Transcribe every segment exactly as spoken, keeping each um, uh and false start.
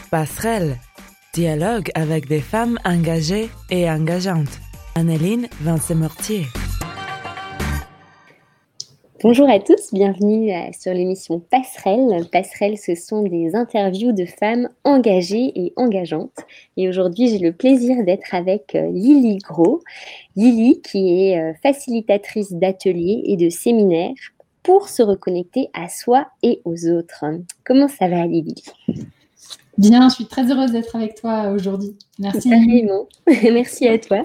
Passerelle, dialogue avec des femmes engagées et engageantes. Anneline Vincent-Mortier. Bonjour à tous, bienvenue sur l'émission Passerelle. Passerelle, ce sont des interviews de femmes engagées et engageantes. Et aujourd'hui, j'ai le plaisir d'être avec Lily Gros. Lily, qui est facilitatrice d'ateliers et de séminaires pour se reconnecter à soi et aux autres. Comment ça va, Lily ? Bien, je suis très heureuse d'être avec toi aujourd'hui. Merci. Pareillement. Merci à toi.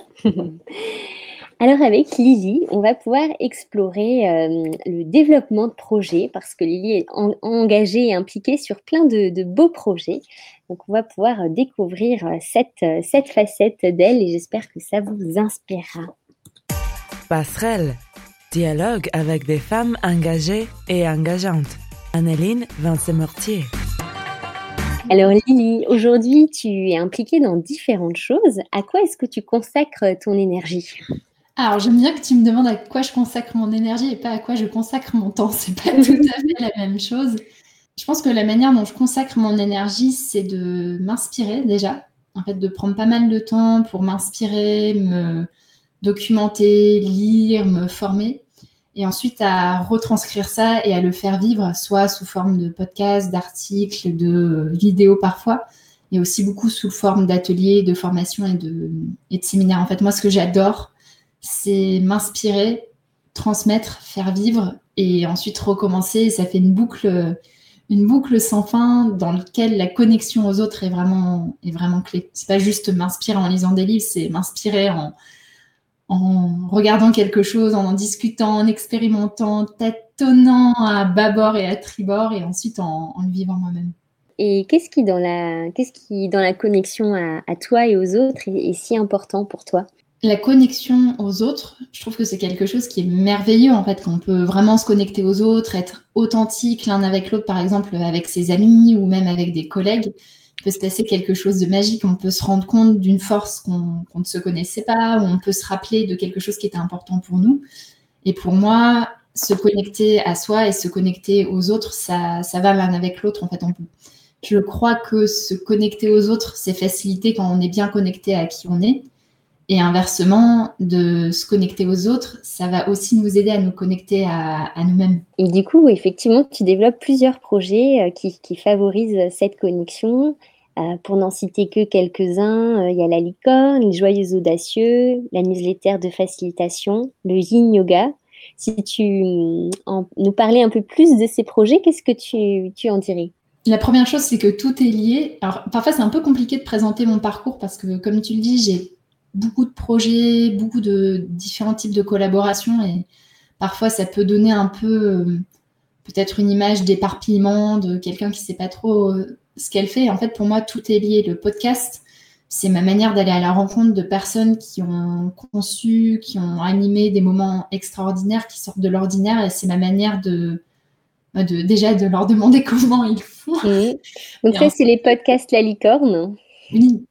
Alors avec Lily, on va pouvoir explorer euh, le développement de projets parce que Lily est en, engagée et impliquée sur plein de, de beaux projets. Donc on va pouvoir découvrir cette, cette facette d'elle et j'espère que ça vous inspirera. Passerelle, dialogue avec des femmes engagées et engageantes. Anneline Vincent-Mortier. Alors Lily, aujourd'hui tu es impliquée dans différentes choses. À quoi est-ce que tu consacres ton énergie ? Alors, j'aime bien que tu me demandes à quoi je consacre mon énergie et pas à quoi je consacre mon temps. C'est pas tout à fait la même chose. Je pense que la manière dont je consacre mon énergie, c'est de m'inspirer déjà. En fait, de prendre pas mal de temps pour m'inspirer, me documenter, lire, me former. Et ensuite, à retranscrire ça et à le faire vivre, soit sous forme de podcasts, d'articles, de vidéos parfois, et aussi beaucoup sous forme d'ateliers, de formations et de, et de séminaires. En fait, moi, ce que j'adore, c'est m'inspirer, transmettre, faire vivre et ensuite recommencer. Et ça fait une boucle, une boucle sans fin dans laquelle la connexion aux autres est vraiment, est vraiment clé. C'est pas juste m'inspirer en lisant des livres, c'est m'inspirer en, en regardant quelque chose, en en discutant, en expérimentant, tâtonnant à bâbord et à tribord et ensuite en, en le vivant moi-même. Et qu'est-ce qui, dans la, qu'est-ce qui, dans la connexion à, à toi et aux autres, est, est si important pour toi ? La connexion aux autres, je trouve que c'est quelque chose qui est merveilleux en fait, qu'on peut vraiment se connecter aux autres, être authentique l'un avec l'autre, par exemple avec ses amis ou même avec des collègues. Il peut se passer quelque chose de magique, on peut se rendre compte d'une force qu'on, qu'on ne se connaissait pas, ou on peut se rappeler de quelque chose qui était important pour nous. Et pour moi, se connecter à soi et se connecter aux autres, ça, ça va l'un avec l'autre en fait. On peut. Je crois que se connecter aux autres, c'est facilité quand on est bien connecté à qui on est. Et inversement, de se connecter aux autres, ça va aussi nous aider à nous connecter à, à nous-mêmes. Et du coup, effectivement, tu développes plusieurs projets euh, qui, qui favorisent cette connexion. Euh, pour n'en citer que quelques-uns, euh, il y a la licorne, les joyeux audacieux, la newsletter de facilitation, le yin yoga. Si tu en, nous parlais un peu plus de ces projets, qu'est-ce que tu, tu en dirais ? La première chose, c'est que tout est lié. Alors, parfois, c'est un peu compliqué de présenter mon parcours parce que, comme tu le dis, j'ai beaucoup de projets, beaucoup de différents types de collaborations et parfois ça peut donner un peu euh, peut-être une image d'éparpillement de quelqu'un qui ne sait pas trop euh, ce qu'elle fait. En fait, pour moi, tout est lié. Le podcast, c'est ma manière d'aller à la rencontre de personnes qui ont conçu, qui ont animé des moments extraordinaires, qui sortent de l'ordinaire et c'est ma manière de, de déjà de leur demander comment ils font. Mmh. Donc et ça, en... c'est les podcasts La Licorne. Oui.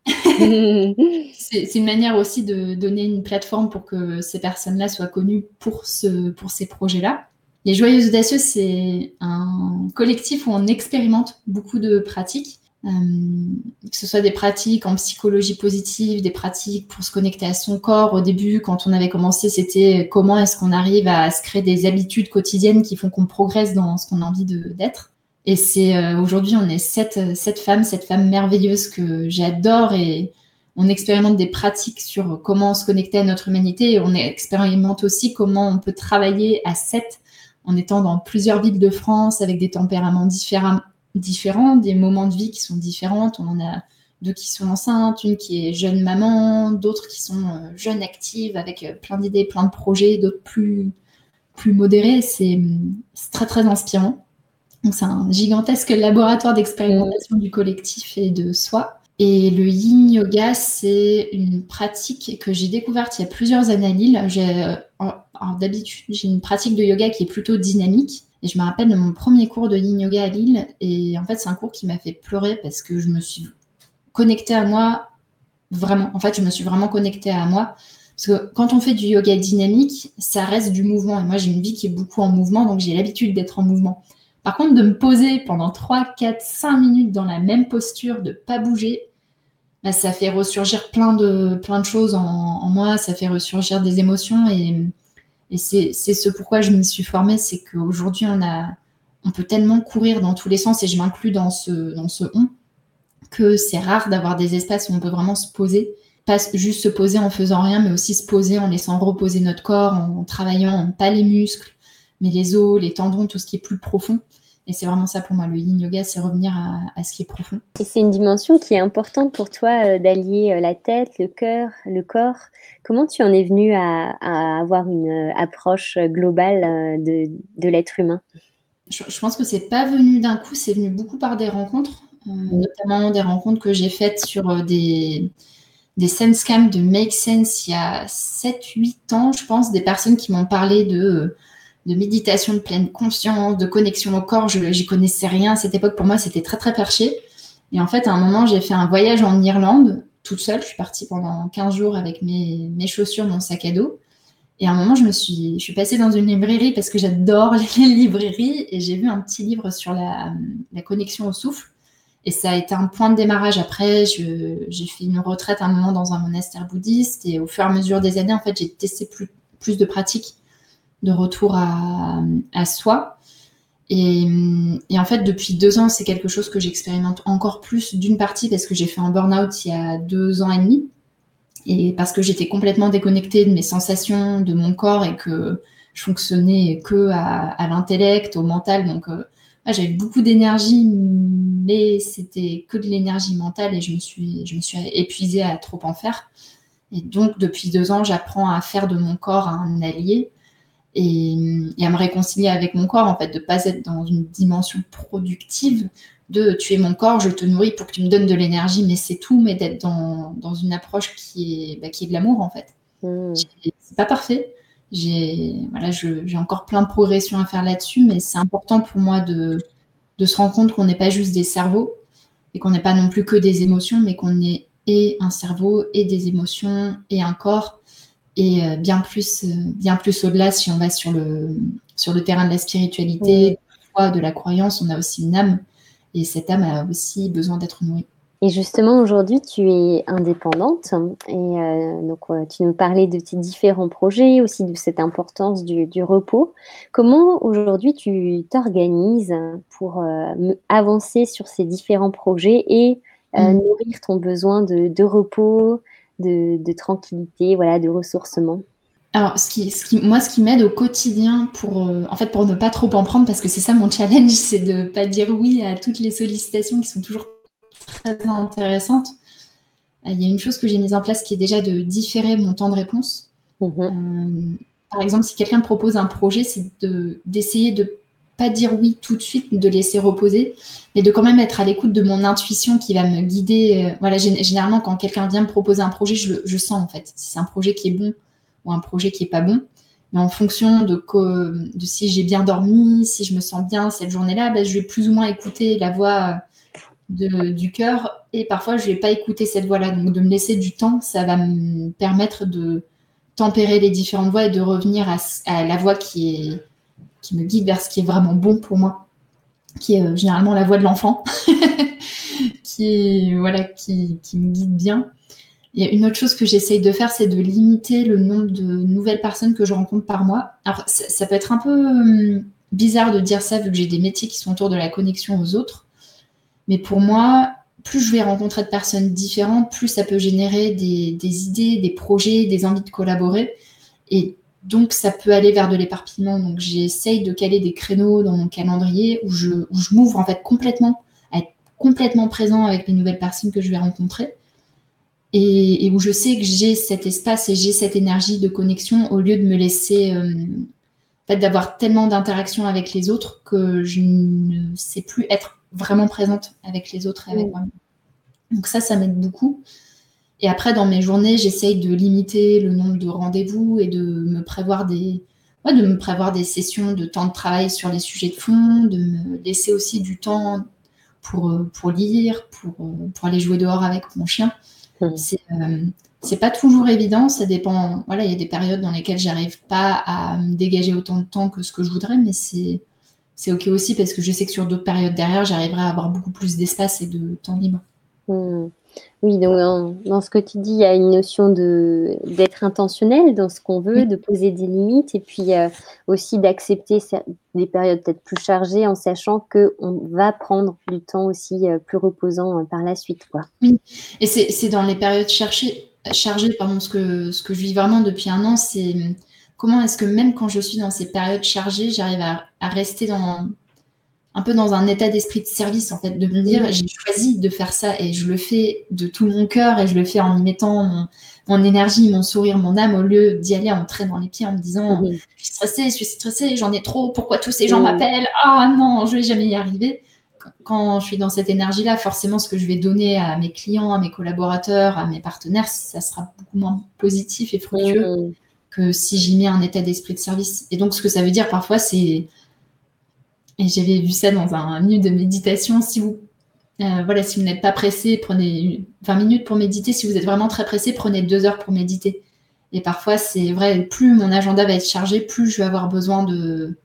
c'est, c'est une manière aussi de donner une plateforme pour que ces personnes-là soient connues pour, ce, pour ces projets-là. Les Joyeuses Audacieuses, c'est un collectif où on expérimente beaucoup de pratiques, euh, que ce soit des pratiques en psychologie positive, des pratiques pour se connecter à son corps. Au début, quand on avait commencé, c'était comment est-ce qu'on arrive à se créer des habitudes quotidiennes qui font qu'on progresse dans ce qu'on a envie de, d'être. Et c'est euh, aujourd'hui, on est sept, sept femmes, sept femmes merveilleuses que j'adore et on expérimente des pratiques sur comment se connecter à notre humanité et on expérimente aussi comment on peut travailler à sept en étant dans plusieurs villes de France avec des tempéraments différents, différents, des moments de vie qui sont différents. On en a deux qui sont enceintes, une qui est jeune maman, d'autres qui sont euh, jeunes actives avec euh, plein d'idées, plein de projets, d'autres plus, plus modérés. C'est, c'est très, très inspirant. Donc, c'est un gigantesque laboratoire d'expérimentation du collectif et de soi. Et le yin yoga, c'est une pratique que j'ai découverte il y a plusieurs années à Lille. J'ai, alors, d'habitude, j'ai une pratique de yoga qui est plutôt dynamique. Et je me rappelle de mon premier cours de yin yoga à Lille. Et en fait, c'est un cours qui m'a fait pleurer parce que je me suis connectée à moi, vraiment. En fait, je me suis vraiment connectée à moi. Parce que quand on fait du yoga dynamique, ça reste du mouvement. Et moi, j'ai une vie qui est beaucoup en mouvement, donc j'ai l'habitude d'être en mouvement. Par contre, de me poser pendant trois, quatre, cinq minutes dans la même posture, de ne pas bouger, bah, ça fait ressurgir plein de, plein de choses en, en moi, ça fait ressurgir des émotions. Et, et c'est, c'est ce pourquoi je m'y suis formée, c'est qu'aujourd'hui, on, a, on peut tellement courir dans tous les sens, et je m'inclus dans ce, dans ce on, que c'est rare d'avoir des espaces où on peut vraiment se poser. Pas juste se poser en faisant rien, mais aussi se poser en laissant reposer notre corps, en travaillant pas les muscles, mais les os, les tendons, tout ce qui est plus profond. Et c'est vraiment ça pour moi, le yin yoga, c'est revenir à, à ce qui est profond. Et c'est une dimension qui est importante pour toi, euh, d'allier euh, la tête, le cœur, le corps. Comment tu en es venue à, à avoir une euh, approche globale euh, de, de l'être humain? Je, je pense que c'est pas venu d'un coup, c'est venu beaucoup par des rencontres, euh, mmh. notamment des rencontres que j'ai faites sur euh, des... des sense camps de Make Sense il y a sept huit ans, je pense, des personnes qui m'ont parlé de, de méditation de pleine conscience, de connexion au corps. Je n'y connaissais rien à cette époque. Pour moi, c'était très, très perché. Et en fait, à un moment, j'ai fait un voyage en Irlande, toute seule. Je suis partie pendant quinze jours avec mes, mes chaussures, mon sac à dos. Et à un moment, je me suis, je suis passée dans une librairie parce que j'adore les librairies. Et j'ai vu un petit livre sur la, la connexion au souffle. Et ça a été un point de démarrage. Après, je, j'ai fait une retraite à un moment dans un monastère bouddhiste. Et au fur et à mesure des années, en fait, j'ai testé plus, plus de pratiques de retour à, à soi. Et, et en fait, depuis deux ans, c'est quelque chose que j'expérimente encore plus, d'une partie parce que j'ai fait un burn-out il y a deux ans et demi. Et parce que j'étais complètement déconnectée de mes sensations, de mon corps, et que je fonctionnais que à, à l'intellect, au mental. Donc, euh, j'avais beaucoup d'énergie, mais c'était que de l'énergie mentale, et je me suis, je me suis épuisée à trop en faire. Et donc, depuis deux ans, j'apprends à faire de mon corps un allié, et, et à me réconcilier avec mon corps, en fait, de ne pas être dans une dimension productive, de tu es mon corps, je te nourris pour que tu me donnes de l'énergie, mais c'est tout, mais d'être dans, dans une approche qui est, bah, qui est de l'amour, en fait. Mmh. C'est pas parfait. J'ai, voilà, je, j'ai encore plein de progression à faire là-dessus, mais c'est important pour moi de, de se rendre compte qu'on n'est pas juste des cerveaux, et qu'on n'est pas non plus que des émotions, mais qu'on est et un cerveau, et des émotions, et un corps, et euh, bien plus, euh, bien plus au-delà, si on va sur le, sur le terrain de la spiritualité, mmh. de la croyance, on a aussi une âme. Et cette âme a aussi besoin d'être nourrie. Et justement, aujourd'hui, tu es indépendante. Et euh, donc, euh, tu nous parlais de tes différents projets, aussi de cette importance du, du repos. Comment, aujourd'hui, tu t'organises pour euh, avancer sur ces différents projets et euh, mmh. nourrir ton besoin de, de repos, de, de tranquillité, voilà, de ressourcement? Alors, ce qui, ce qui, moi, ce qui m'aide au quotidien pour, euh, en fait, pour ne pas trop en prendre, parce que c'est ça mon challenge, c'est de ne pas dire oui à toutes les sollicitations qui sont toujours très intéressantes. Il y a une chose que j'ai mise en place qui est déjà de différer mon temps de réponse. Mmh. Euh, par exemple, si quelqu'un me propose un projet, c'est de, d'essayer de ne pas dire oui tout de suite, de laisser reposer, mais de quand même être à l'écoute de mon intuition qui va me guider. Euh, voilà, généralement, quand quelqu'un vient me proposer un projet, je, je sens, en fait, si c'est un projet qui est bon ou un projet qui n'est pas bon. Mais en fonction de, co- de si j'ai bien dormi, si je me sens bien cette journée-là, ben, je vais plus ou moins écouter la voix de, du cœur, et parfois je ne vais pas écouter cette voix-là. Donc de me laisser du temps, ça va me permettre de tempérer les différentes voix et de revenir à, à la voix qui, est, qui me guide vers ce qui est vraiment bon pour moi, qui est euh, généralement la voix de l'enfant, qui, est, voilà, qui, qui me guide bien. Il y a une autre chose que j'essaye de faire, c'est de limiter le nombre de nouvelles personnes que je rencontre par mois. Alors, ça, ça peut être un peu hum, bizarre de dire ça, vu que j'ai des métiers qui sont autour de la connexion aux autres. Mais pour moi, plus je vais rencontrer de personnes différentes, plus ça peut générer des, des idées, des projets, des envies de collaborer. Et donc, ça peut aller vers de l'éparpillement. Donc, j'essaye de caler des créneaux dans mon calendrier où je, où je m'ouvre en fait complètement, à être complètement présent avec les nouvelles personnes que je vais rencontrer. Et, et où je sais que j'ai cet espace et j'ai cette énergie de connexion, au lieu de me laisser, euh, en fait, d'avoir tellement d'interactions avec les autres que je ne sais plus être vraiment présente avec les autres et avec mmh. moi-même. Donc ça, ça m'aide beaucoup. Et après, dans mes journées, j'essaye de limiter le nombre de rendez-vous et de me prévoir des, ouais, de me prévoir des sessions de temps de travail sur les sujets de fond, de me laisser aussi du temps pour, pour lire, pour, pour aller jouer dehors avec mon chien. Mmh. C'est, euh, c'est pas toujours évident, ça dépend. Voilà, il y a des périodes dans lesquelles j'arrive pas à me dégager autant de temps que ce que je voudrais, mais c'est, c'est OK aussi parce que je sais que sur d'autres périodes derrière, j'arriverai à avoir beaucoup plus d'espace et de temps libre. Mmh. Oui, donc dans, dans ce que tu dis, il y a une notion de, d'être intentionnel dans ce qu'on veut, Oui, de poser des limites et puis euh, aussi d'accepter cer- des périodes peut-être plus chargées en sachant qu'on va prendre du temps aussi euh, plus reposant euh, par la suite, quoi. oui. Et c'est, c'est dans les périodes chargées, chargées pardon, ce que, ce que je vis vraiment depuis un an, c'est comment est-ce que même quand je suis dans ces périodes chargées, j'arrive à, à rester dans, un peu dans un état d'esprit de service, en fait, de me dire, Mhm. j'ai choisi de faire ça et je le fais de tout mon cœur et je le fais en y mettant mon, mon énergie, mon sourire, mon âme, au lieu d'y aller en traînant les pieds en me disant, Mhm. je suis stressée, je suis stressée, j'en ai trop, pourquoi tous ces gens Mhm. m'appellent? Ah non, je vais jamais y arriver. Quand- Quand je suis dans cette énergie-là, forcément, ce que je vais donner à mes clients, à mes collaborateurs, à mes partenaires, ça sera beaucoup moins positif et fructueux Mhm. que si j'y mets un état d'esprit de service. Et donc, ce que ça veut dire parfois, c'est et j'avais vu ça dans un livre de méditation. Si vous, euh, voilà, si vous n'êtes pas pressé, prenez vingt minutes pour méditer. Si vous êtes vraiment très pressé, prenez deux heures pour méditer. Et parfois, c'est vrai, plus mon agenda va être chargé, plus je vais avoir besoin de,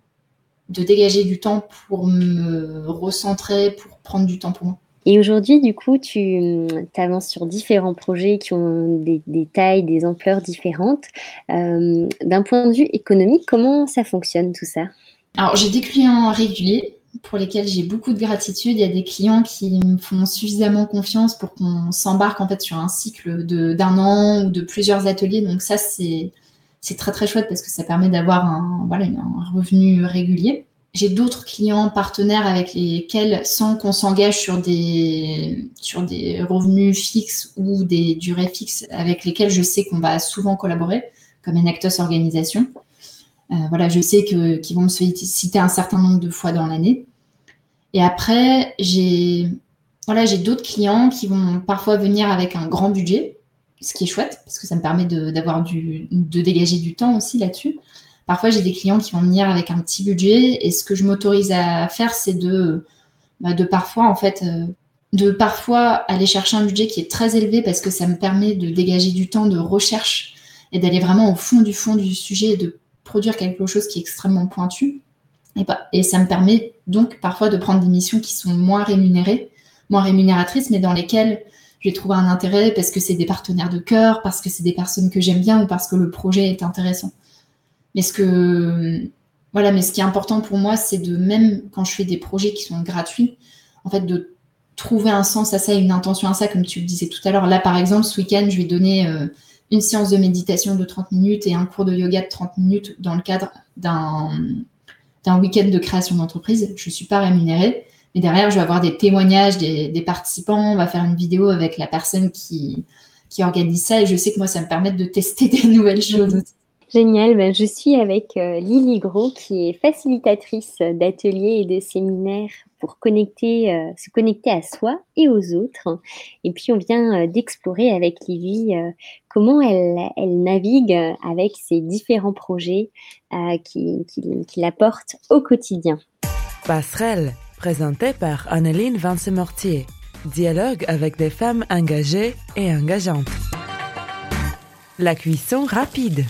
de dégager du temps pour me recentrer, pour prendre du temps pour moi. Et aujourd'hui, du coup, tu avances sur différents projets qui ont des, des tailles, des ampleurs différentes. Euh, d'un point de vue économique, comment ça fonctionne tout ça? Alors, j'ai des clients réguliers pour lesquels j'ai beaucoup de gratitude. Il y a des clients qui me font suffisamment confiance pour qu'on s'embarque en fait sur un cycle de, d'un an ou de plusieurs ateliers. Donc ça, c'est, c'est très très chouette parce que ça permet d'avoir un, voilà, un revenu régulier. J'ai d'autres clients partenaires avec lesquels, sans qu'on s'engage sur des, sur des revenus fixes ou des durées fixes, avec lesquels je sais qu'on va souvent collaborer, comme Enactus Organisation. Euh, voilà, je sais que, qu'ils vont me solliciter un certain nombre de fois dans l'année. Et après, j'ai, voilà, j'ai d'autres clients qui vont parfois venir avec un grand budget, ce qui est chouette, parce que ça me permet de, d'avoir du, de dégager du temps aussi là-dessus. Parfois, j'ai des clients qui vont venir avec un petit budget, et ce que je m'autorise à faire, c'est de, bah, de parfois, en fait, euh, de parfois aller chercher un budget qui est très élevé parce que ça me permet de dégager du temps de recherche et d'aller vraiment au fond du fond du sujet et de produire quelque chose qui est extrêmement pointu. Et, bah, et ça me permet donc parfois de prendre des missions qui sont moins rémunérées, moins rémunératrices, mais dans lesquelles je vais trouver un intérêt parce que c'est des partenaires de cœur, parce que c'est des personnes que j'aime bien ou parce que le projet est intéressant. Mais ce que, voilà, mais ce qui est important pour moi, c'est de, même quand je fais des projets qui sont gratuits, en fait, de trouver un sens à ça et une intention à ça, comme tu le disais tout à l'heure. Là, par exemple, ce week-end, je vais donner euh, une séance de méditation de trente minutes et un cours de yoga de trente minutes dans le cadre d'un, d'un week-end de création d'entreprise. Je ne suis pas rémunérée, mais derrière, je vais avoir des témoignages des, des participants. On va faire une vidéo avec la personne qui, qui organise ça et je sais que moi, ça me permet de tester des nouvelles choses aussi. Génial, ben, je suis avec euh, Lily Gros qui est facilitatrice d'ateliers et de séminaires pour connecter, euh, se connecter à soi et aux autres. Et puis on vient euh, d'explorer avec Lily euh, comment elle, elle navigue avec ces différents projets euh, qui, qui, qui la portent au quotidien. Passerelle, présenté par Anneline Vincent-Mortier. Dialogue avec des femmes engagées et engageantes. La cuisson rapide.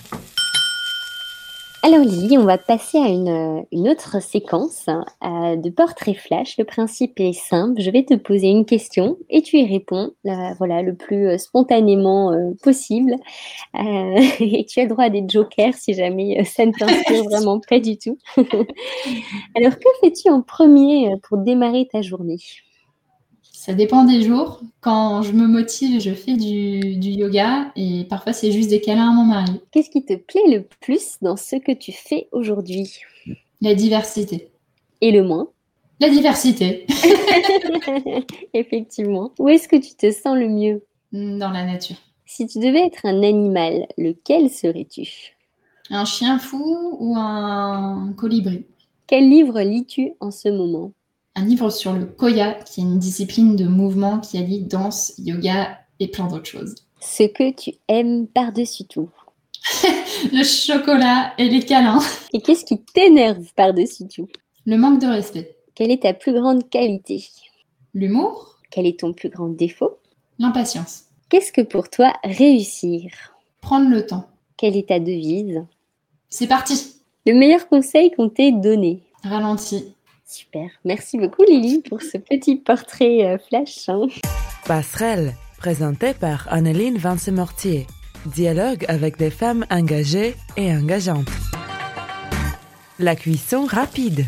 Alors Lily, on va passer à une, une autre séquence euh, de portrait flash. Le principe est simple, je vais te poser une question et tu y réponds euh, voilà, le plus euh, spontanément euh, possible. Euh, et tu as le droit à des jokers si jamais euh, ça ne t'inspire vraiment pas du tout. Alors que fais-tu en premier euh, pour démarrer ta journée? Ça dépend des jours. Quand je me motive, je fais du, du yoga et parfois c'est juste des câlins à mon mari. Qu'est-ce qui te plaît le plus dans ce que tu fais aujourd'hui? La diversité. Et le moins? La diversité. Effectivement. Où est-ce que tu te sens le mieux? Dans la nature. Si tu devais être un animal, lequel serais-tu? Un chien fou ou un colibri? Quel livre lis-tu en ce moment? Un livre sur le Koya, qui est une discipline de mouvement qui allie danse, yoga et plein d'autres choses. Ce que tu aimes par-dessus tout. Le chocolat et les câlins. Et qu'est-ce qui t'énerve par-dessus tout? Le manque de respect. Quelle est ta plus grande qualité? L'humour. Quel est ton plus grand défaut? L'impatience. Qu'est-ce que pour toi réussir? Prendre le temps. Quelle est ta devise? C'est parti. Le meilleur conseil qu'on t'ait donné? Ralenti. Super. Merci beaucoup, Lily, pour ce petit portrait euh, flash. Hein. Passerelle, présenté par Anneline Vincent-Mortier. Dialogue avec des femmes engagées et engageantes. La cuisson rapide.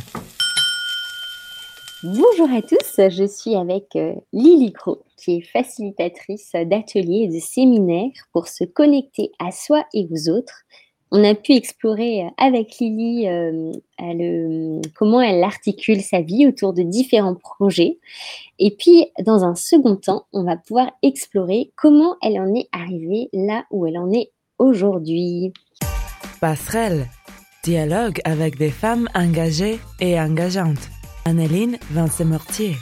Bonjour à tous, je suis avec euh, Lily Gros, qui est facilitatrice d'ateliers et de séminaires pour se connecter à soi et aux autres. On a pu explorer avec Lily euh, le, comment elle articule sa vie autour de différents projets. Et puis, dans un second temps, on va pouvoir explorer comment elle en est arrivée là où elle en est aujourd'hui. Passerelle, dialogue avec des femmes engagées et engageantes. Anneline Vincent-Mortier.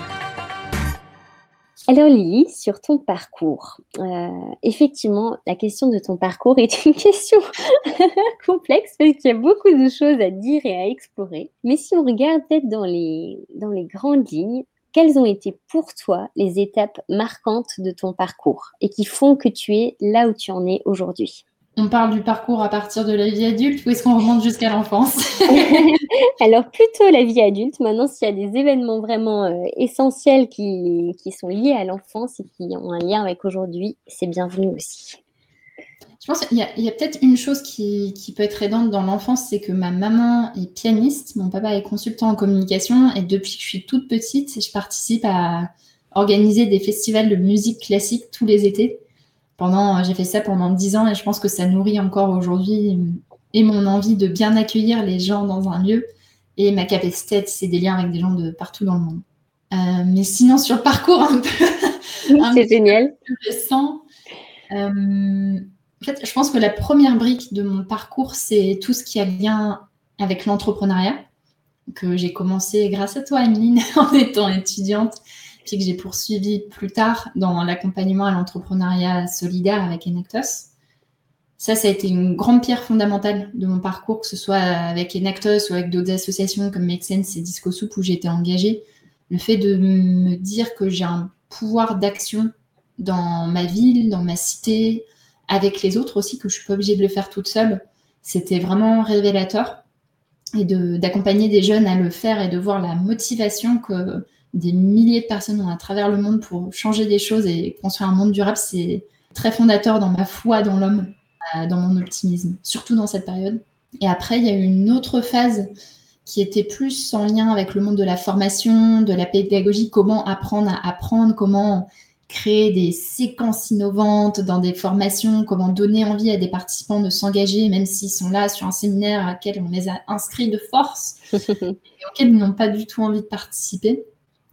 Alors Lily, sur ton parcours, euh, effectivement, la question de ton parcours est une question complexe parce qu'il y a beaucoup de choses à dire et à explorer. Mais si on regarde peut-être dans les, dans les grandes lignes, quelles ont été pour toi les étapes marquantes de ton parcours et qui font que tu es là où tu en es aujourd'hui? On parle du parcours à partir de la vie adulte ou est-ce qu'on remonte jusqu'à l'enfance? Alors plutôt la vie adulte. Maintenant, s'il y a des événements vraiment euh, essentiels qui, qui sont liés à l'enfance et qui ont un lien avec aujourd'hui, c'est bienvenu aussi. Je pense qu'il y a, il y a peut-être une chose qui, qui peut être aidante dans l'enfance, c'est que ma maman est pianiste, mon papa est consultant en communication et depuis que je suis toute petite, je participe à organiser des festivals de musique classique tous les étés. Pendant, j'ai fait ça pendant dix ans et je pense que ça nourrit encore aujourd'hui et mon envie de bien accueillir les gens dans un lieu et ma capacité à tisser des liens avec des gens de partout dans le monde. Euh, mais sinon, sur le parcours un peu, Oui, un c'est peu génial. plus récent, euh, en fait, je pense que la première brique de mon parcours, c'est tout ce qui a lien avec l'entrepreneuriat, que j'ai commencé grâce à toi, Emeline, en étant étudiante, puis que j'ai poursuivi plus tard dans l'accompagnement à l'entrepreneuriat solidaire avec Enactus. Ça, ça a été une grande pierre fondamentale de mon parcours, que ce soit avec Enactus ou avec d'autres associations comme Make Sense et Disco Soup où j'étais engagée. Le fait de me dire que j'ai un pouvoir d'action dans ma ville, dans ma cité, avec les autres aussi, que je suis pas obligée de le faire toute seule, c'était vraiment révélateur. Et de, d'accompagner des jeunes à le faire et de voir la motivation que des milliers de personnes ont à travers le monde pour changer des choses et construire un monde durable, c'est très fondateur dans ma foi dans l'homme, dans mon optimisme, surtout dans cette période. Et après, il y a eu une autre phase qui était plus en lien avec le monde de la formation, de la pédagogie, comment apprendre à apprendre, comment créer des séquences innovantes dans des formations, comment donner envie à des participants de s'engager, même s'ils sont là sur un séminaire à laquelle on les a inscrits de force et auxquels ils n'ont pas du tout envie de participer.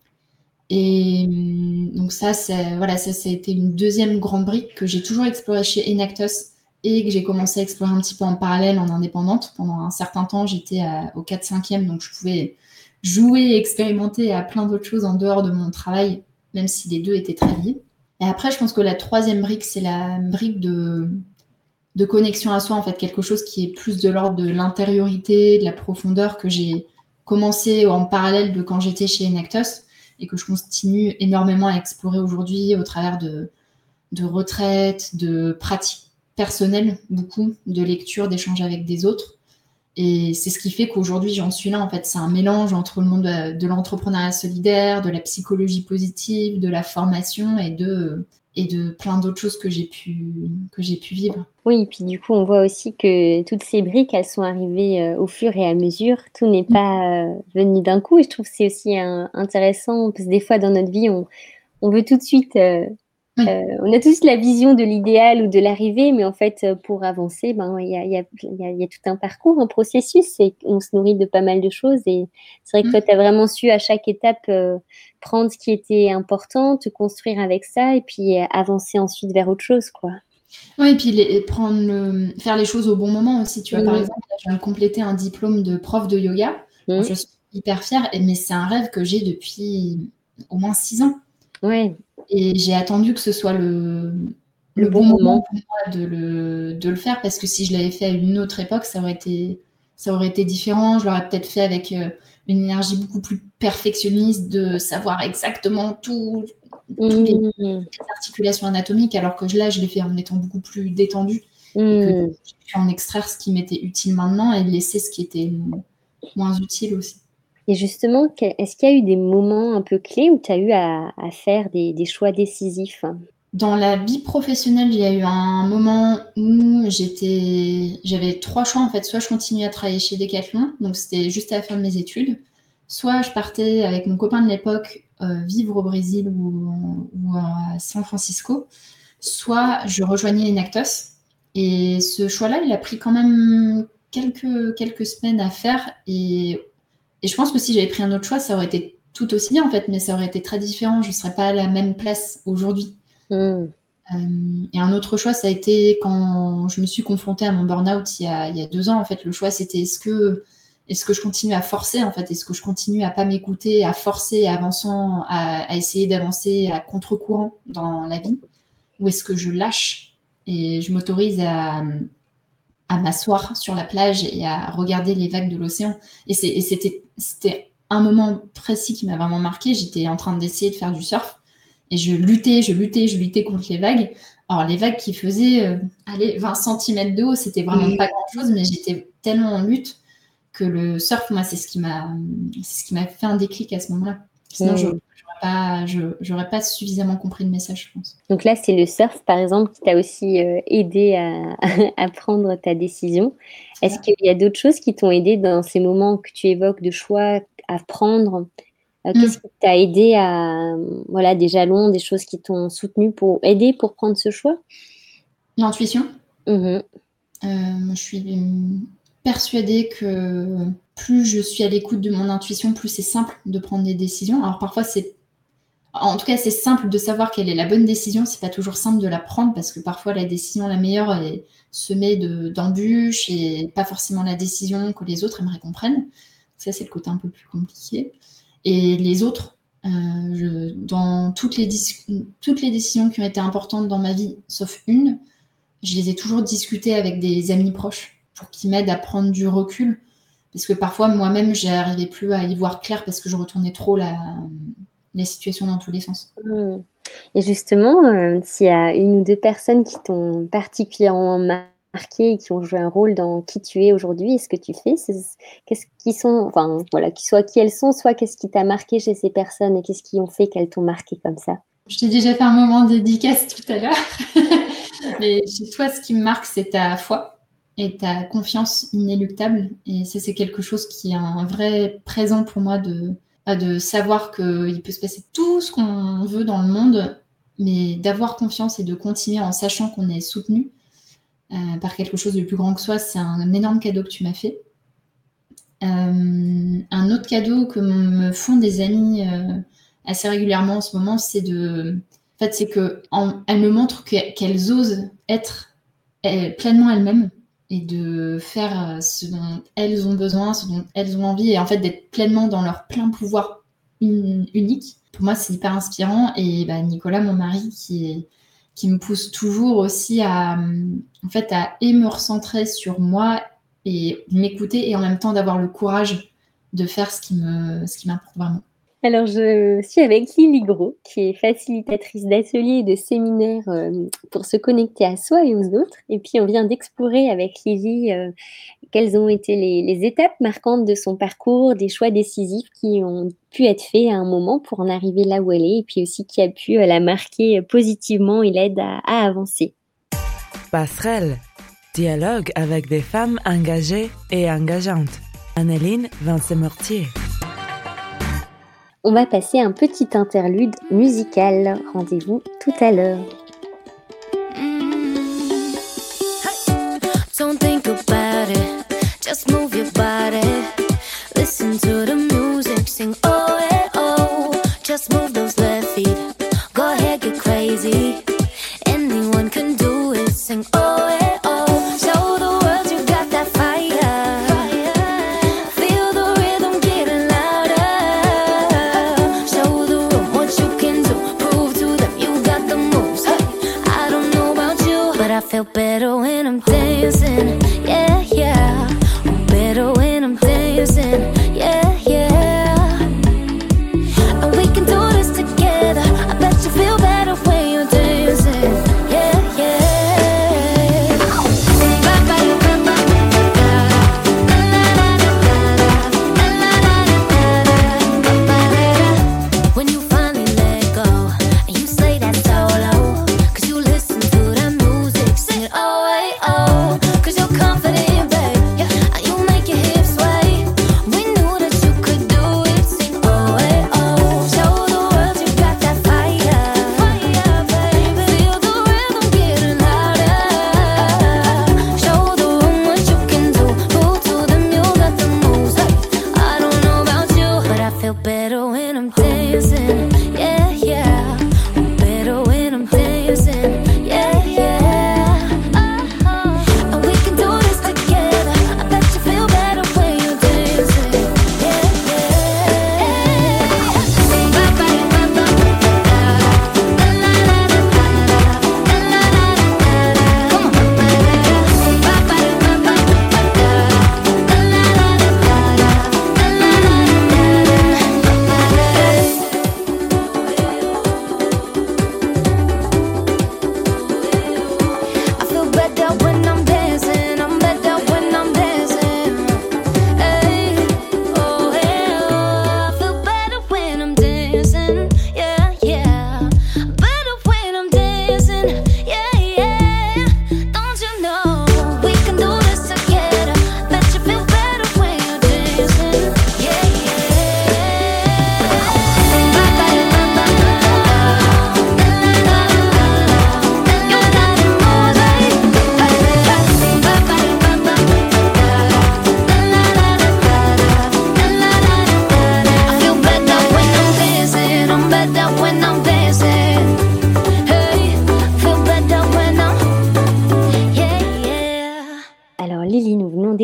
Et donc ça, c'est, voilà, ça, ça a été une deuxième grande brique que j'ai toujours explorée chez Enactus et que j'ai commencé à explorer un petit peu en parallèle en indépendante. Pendant un certain temps, j'étais à, au quatre cinquième, donc je pouvais jouer et expérimenter à plein d'autres choses en dehors de mon travail, même si les deux étaient très liés. Et après, je pense que la troisième brique, c'est la brique de, de connexion à soi, en fait, quelque chose qui est plus de l'ordre de l'intériorité, de la profondeur que j'ai commencé en parallèle de quand j'étais chez Enactus et que je continue énormément à explorer aujourd'hui au travers de, de retraites, de pratiques personnelles, beaucoup, de lecture, d'échanges avec des autres. Et c'est ce qui fait qu'aujourd'hui, j'en suis là. En fait, c'est un mélange entre le monde de, de l'entrepreneuriat solidaire, de la psychologie positive, de la formation et de, et de plein d'autres choses que j'ai pu, que j'ai pu vivre. Oui, et puis du coup, on voit aussi que toutes ces briques, elles sont arrivées euh, au fur et à mesure. Tout n'est pas euh, venu d'un coup. Et je trouve que c'est aussi euh, intéressant parce que des fois, dans notre vie, on, on veut tout de suite... Euh, Oui. Euh, on a tous la vision de l'idéal ou de l'arrivée, mais en fait, pour avancer, ben, il y a, y a, y a, y a tout un parcours, un processus, et on se nourrit de pas mal de choses. Et c'est vrai que toi, tu as vraiment su à chaque étape euh, prendre ce qui était important, te construire avec ça, et puis euh, avancer ensuite vers autre chose, quoi. Oui, et puis les, prendre le, faire les choses au bon moment aussi. Tu vois, Mmh. par exemple, là, je viens de compléter un diplôme de prof de yoga. Mmh. Bon, je suis hyper fière, mais c'est un rêve que j'ai depuis au moins six ans. Ouais. Et j'ai attendu que ce soit le, le, le bon, bon moment pour moi de le, de le faire, parce que si je l'avais fait à une autre époque, ça aurait été, ça aurait été différent. Je l'aurais peut-être fait avec euh, une énergie beaucoup plus perfectionniste, de savoir exactement tout, mmh. toutes les, les articulations anatomiques, alors que là, je l'ai fait en étant beaucoup plus détendue. Mmh. Et que j'ai pu en extraire ce qui m'était utile maintenant et laisser ce qui était moins utile aussi. Et justement, est-ce qu'il y a eu des moments un peu clés où tu as eu à, à faire des, des choix décisifs? Dans la vie professionnelle, il y a eu un moment où j'étais, j'avais trois choix en fait. Soit je continuais à travailler chez Decathlon, donc c'était juste à la fin de mes études. Soit je partais avec mon copain de l'époque euh, vivre au Brésil ou, ou à San Francisco. Soit je rejoignais Enactus. Et ce choix-là, il a pris quand même quelques, quelques semaines à faire. Et, et je pense que si j'avais pris un autre choix, ça aurait été tout aussi bien en fait, mais ça aurait été très différent. Je ne serais pas à la même place aujourd'hui. Mmh. Euh, et un autre choix, ça a été quand je me suis confrontée à mon burn-out il y a, il y a deux ans. En fait, le choix, c'était est-ce que, est-ce que je continue à forcer en fait, est-ce que je continue à pas m'écouter, à forcer, à avançant, à, à essayer d'avancer à contre-courant dans la vie, ou est-ce que je lâche et je m'autorise à, à m'asseoir sur la plage et à regarder les vagues de l'océan. Et, c'est, et c'était, c'était un moment précis qui m'a vraiment marqué. J'étais en train d'essayer de faire du surf. Et je luttais, je luttais, je luttais contre les vagues. Alors, les vagues qui faisaient euh, allez, vingt centimètres de haut, c'était vraiment mmh. pas grand-chose, mais j'étais tellement en lutte que le surf, moi, c'est ce qui m'a, c'est ce qui m'a fait un déclic à ce moment-là. Sinon, mmh. je j'aurais pas, je, j'aurais pas suffisamment compris le message, je pense. Donc là, c'est le surf, par exemple, qui t'a aussi euh, aidé à, à prendre ta décision. Est-ce ouais. qu'il y a d'autres choses qui t'ont aidé dans ces moments que tu évoques de choix à prendre? Euh, qu'est-ce mmh. qui t'a aidé à, voilà, des jalons, des choses qui t'ont soutenu pour aider pour prendre ce choix? L'intuition. Mmh. Euh, je suis persuadée que plus je suis à l'écoute de mon intuition, plus c'est simple de prendre des décisions. Alors parfois, c'est, en tout cas, c'est simple de savoir quelle est la bonne décision. C'est pas toujours simple de la prendre parce que parfois la décision la meilleure est semée de, d'embûches et pas forcément la décision que les autres aimeraient qu'on prenne. Ça, c'est le côté un peu plus compliqué. Et les autres, euh, je, dans toutes les, dis- toutes les décisions qui ont été importantes dans ma vie, sauf une, je les ai toujours discutées avec des amis proches pour qu'ils m'aident à prendre du recul. Parce que parfois, moi-même, je n'arrivais plus à y voir clair parce que je retournais trop la, les situations dans tous les sens. Mmh. Et justement, euh, s'il y a une ou deux personnes qui t'ont particulièrement marqué et qui ont joué un rôle dans qui tu es aujourd'hui et ce que tu fais, c'est, qu'est-ce qui sont, enfin voilà, soit qui elles sont, soit qu'est-ce qui t'a marqué chez ces personnes et qu'est-ce qui ont fait qu'elles t'ont marqué comme ça? Je t'ai déjà fait un moment de dédicace tout à l'heure, mais chez toi, ce qui me marque, c'est ta foi et ta confiance inéluctable. Et ça, c'est quelque chose qui est un vrai présent pour moi de, de savoir qu'il peut se passer tout ce qu'on veut dans le monde, mais d'avoir confiance et de continuer en sachant qu'on est soutenu Euh, par quelque chose de plus grand que soi, c'est un, un énorme cadeau que tu m'as fait. Euh, un autre cadeau que me font des amis euh, assez régulièrement en ce moment, c'est de, en fait, c'est que en, elles me montrent que, qu'elles osent être elles, pleinement elles-mêmes et de faire ce dont elles ont besoin, ce dont elles ont envie, et en fait d'être pleinement dans leur plein pouvoir un, unique. Pour moi, c'est hyper inspirant. Et bah, Nicolas, mon mari, qui est qui me pousse toujours aussi à, en fait, à et me recentrer sur moi et m'écouter et en même temps d'avoir le courage de faire ce qui me, ce qui m'importe vraiment. Alors, je suis avec Lily Gros, qui est facilitatrice d'ateliers et de séminaires euh, pour se connecter à soi et aux autres. Et puis, on vient d'explorer avec Lily euh, quelles ont été les, les étapes marquantes de son parcours, des choix décisifs qui ont pu être faits à un moment pour en arriver là où elle est, et puis aussi qui a pu euh, la marquer positivement et l'aide à, à avancer. Passerelle, dialogue avec des femmes engagées et engageantes. Anneline Vincent-Mortier. On va passer un petit interlude musical. Rendez-vous tout à l'heure. Don't think about it, just move your body. Listen to the music, sing oh yeah oh. Just move those left feet, go ahead get crazy. Anyone can do it, sing oh yeah oh. Show the world you got that fire. Feel the rhythm getting louder. Show the room what you can do, prove to them you got the moves. Hey, I don't know about you, but I feel better when I'm dancing, yeah, yeah. I'm better when I'm dancing, yeah, yeah. And we can do this together. I bet you feel better when you're dancing, yeah, yeah.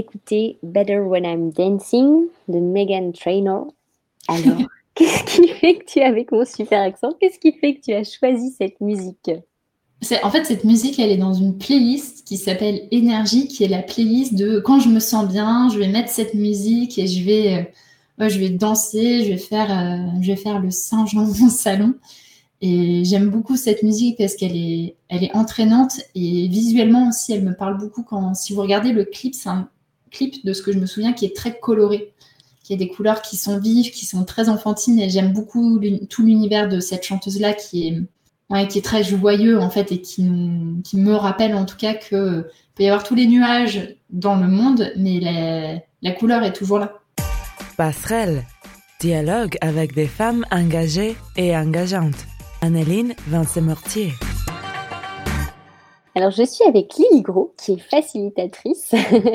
d'écouter Better When I'm Dancing de Meghan Trainor. Alors, qu'est-ce qui fait que tu, avec mon super accent, qu'est-ce qui fait que tu as choisi cette musique? C'est, en fait, cette musique, elle est dans une playlist qui s'appelle Énergie, qui est la playlist de quand je me sens bien, je vais mettre cette musique et je vais, euh, ouais, je vais danser, je vais faire, euh, je vais faire le singe dans mon salon. Et j'aime beaucoup cette musique parce qu'elle est, elle est entraînante et visuellement aussi, elle me parle beaucoup. Quand, si vous regardez le clip, c'est un clip de ce que je me souviens qui est très coloré, qui a des couleurs qui sont vives, qui sont très enfantines. Et j'aime beaucoup tout l'univers de cette chanteuse-là qui est, ouais, qui est très joyeux en fait et qui, nous, qui me rappelle en tout cas qu'il peut y avoir tous les nuages dans le monde, mais la, la couleur est toujours là. Passerelle, dialogue avec des femmes engagées et engageantes. Anneline Vincent-Mortier. Alors, je suis avec Lily Gros, qui est facilitatrice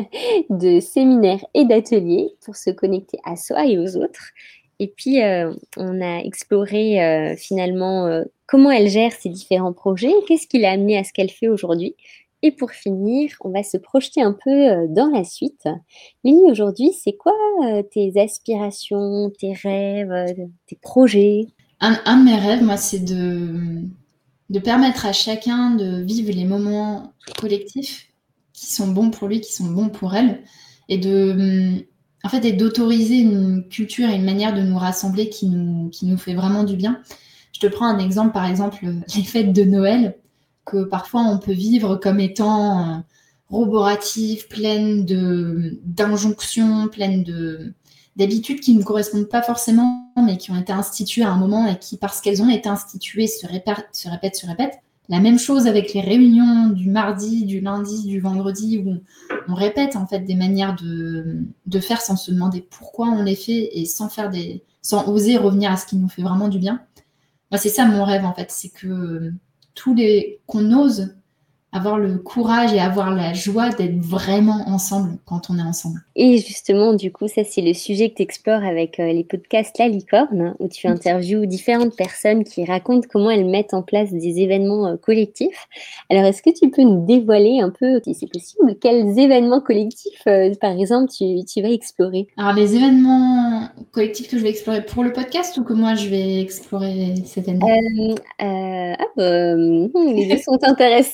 de séminaires et d'ateliers pour se connecter à soi et aux autres. Et puis, euh, on a exploré euh, finalement euh, comment elle gère ses différents projets, qu'est-ce qui l'a amené à ce qu'elle fait aujourd'hui. Et pour finir, on va se projeter un peu euh, dans la suite. Lily, aujourd'hui, c'est quoi euh, tes aspirations, tes rêves, euh, tes projets? Un, un de mes rêves, moi, c'est de, de permettre à chacun de vivre les moments collectifs qui sont bons pour lui, qui sont bons pour elle, et de, en fait, et d'autoriser une culture et une manière de nous rassembler qui nous, qui nous fait vraiment du bien. Je te prends un exemple, par exemple, les fêtes de Noël, que parfois on peut vivre comme étant euh, roboratives, pleines de, d'injonctions, pleines de, d'habitudes qui ne correspondent pas forcément, mais qui ont été instituées à un moment et qui, parce qu'elles ont été instituées, se répètent, se répètent, se répètent. La même chose avec les réunions du mardi, du lundi, du vendredi, où on répète en fait des manières de, de faire sans se demander pourquoi on les fait et sans faire des, sans oser revenir à ce qui nous fait vraiment du bien. Moi, c'est ça mon rêve en fait, c'est que tous les qu'on ose avoir le courage et avoir la joie d'être vraiment ensemble quand on est ensemble. Et justement, du coup, ça, c'est le sujet que tu explores avec euh, les podcasts La Licorne, où tu interviews différentes personnes qui racontent comment elles mettent en place des événements euh, collectifs. Alors, est-ce que tu peux nous dévoiler un peu, si c'est possible, quels événements collectifs, euh, par exemple, tu, tu vas explorer? Alors, les événements collectifs que je vais explorer pour le podcast ou que moi, je vais explorer cette année? Euh, euh, ah bah, hum, les deux sont intéressants.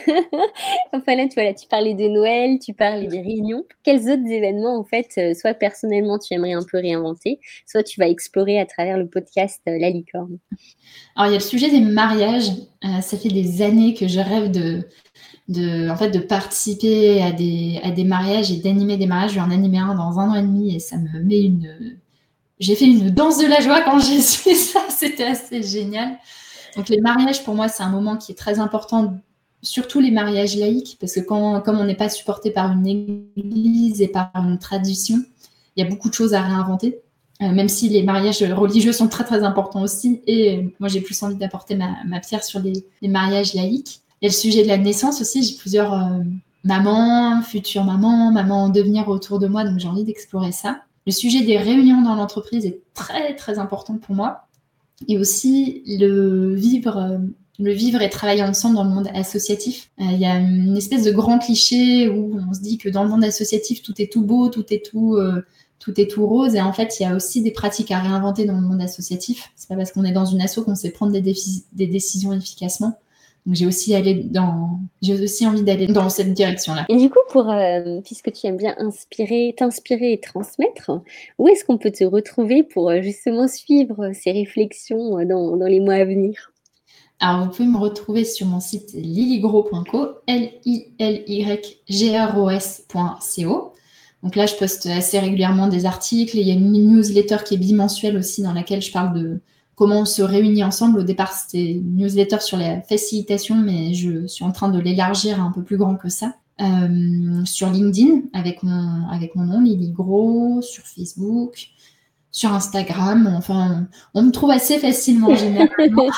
Enfin là, tu, voilà, tu parlais de Noël, tu parlais des réunions. Quels autres événements, en fait, euh, soit personnellement, tu aimerais un peu réinventer, soit tu vas explorer à travers le podcast euh, La Licorne? Alors, il y a le sujet des mariages. Euh, ça fait des années que je rêve de, de, en fait, de participer à des, à des mariages et d'animer des mariages. Je vais en animer un dans un an et demi et ça me met une... J'ai fait une danse de la joie quand j'ai su ça. C'était assez génial. Donc, les mariages, pour moi, c'est un moment qui est très important, surtout les mariages laïques, parce que quand, comme on n'est pas supporté par une église et par une tradition, il y a beaucoup de choses à réinventer, euh, même si les mariages religieux sont très, très importants aussi. Et euh, moi, j'ai plus envie d'apporter ma, ma pierre sur les, les mariages laïques. Il y a le sujet de la naissance aussi. J'ai plusieurs euh, mamans, futures mamans, mamans en devenir autour de moi, donc j'ai envie d'explorer ça. Le sujet des réunions dans l'entreprise est très, très important pour moi. Et aussi le vivre, le vivre et travailler ensemble dans le monde associatif. Il euh, y a une espèce de grand cliché où on se dit que dans le monde associatif, tout est tout beau, tout est tout, euh, tout est tout rose. Et en fait, il y a aussi des pratiques à réinventer dans le monde associatif. C'est pas parce qu'on est dans une asso qu'on sait prendre des, défi- des décisions efficacement. Donc j'ai aussi, allé dans, j'ai aussi envie d'aller dans cette direction-là. Et du coup, pour, euh, puisque tu aimes bien inspirer, t'inspirer et transmettre, où est-ce qu'on peut te retrouver pour euh, justement suivre ces réflexions euh, dans, dans les mois à venir? Alors, vous pouvez me retrouver sur mon site lilygros point co, L I L Y G R O S point C O. Donc là, je poste assez régulièrement des articles. Il y a une newsletter qui est bimensuelle aussi dans laquelle je parle de comment on se réunit ensemble. Au départ, c'était une newsletter sur la facilitation, mais je suis en train de l'élargir à un peu plus grand que ça. Euh, sur LinkedIn, avec mon, avec mon nom, Lily Gros, sur Facebook, sur Instagram. Enfin, on me trouve assez facilement, généralement.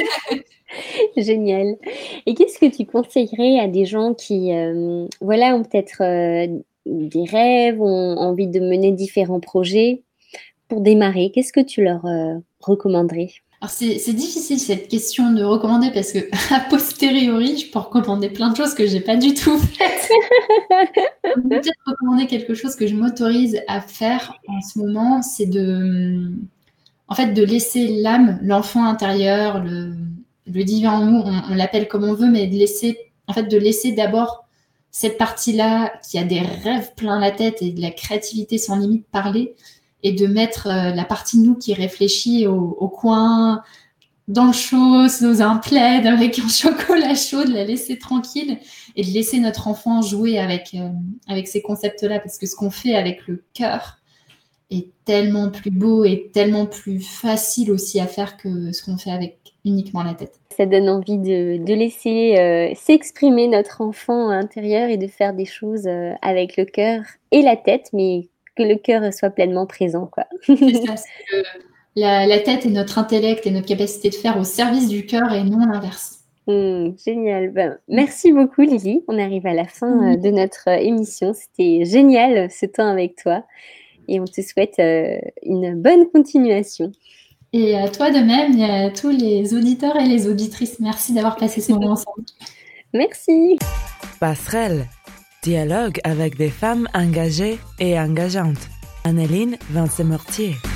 Génial. Et qu'est-ce que tu conseillerais à des gens qui, euh, voilà, ont peut-être euh, des rêves, ont envie de mener différents projets pour démarrer? Qu'est-ce que tu leur euh, recommanderais? Alors c'est, c'est difficile cette question de recommander parce que a posteriori, je peux recommander plein de choses que j'ai pas du tout faites. Je peux peut-être recommander quelque chose que je m'autorise à faire en ce moment, c'est de, en fait, de laisser l'âme, l'enfant intérieur, le, le divin en nous, on, on l'appelle comme on veut, mais de laisser, en fait, de laisser d'abord cette partie-là qui a des rêves plein la tête et de la créativité sans limite parler, et de mettre euh, la partie de nous qui réfléchit au, au coin, dans le chaud, sous un plaid, avec un chocolat chaud, de la laisser tranquille et de laisser notre enfant jouer avec, euh, avec ces concepts-là. Parce que ce qu'on fait avec le cœur est tellement plus beau et tellement plus facile aussi à faire que ce qu'on fait avec uniquement la tête. Ça donne envie de, de laisser euh, s'exprimer notre enfant intérieur et de faire des choses euh, avec le cœur et la tête, mais que le cœur soit pleinement présent, quoi. C'est ça, c'est que la, la tête et notre intellect et notre capacité de faire au service du cœur et non l'inverse. Mmh, génial. Ben, merci beaucoup, Lily. On arrive à la fin euh, de notre euh, émission. C'était génial ce temps avec toi et on te souhaite euh, une bonne continuation. Et à toi de même, et à tous les auditeurs et les auditrices. Merci d'avoir passé ce moment ensemble. Merci. Passerelle. Dialogue avec des femmes engagées et engageantes. Anneline Vincent-Mortier.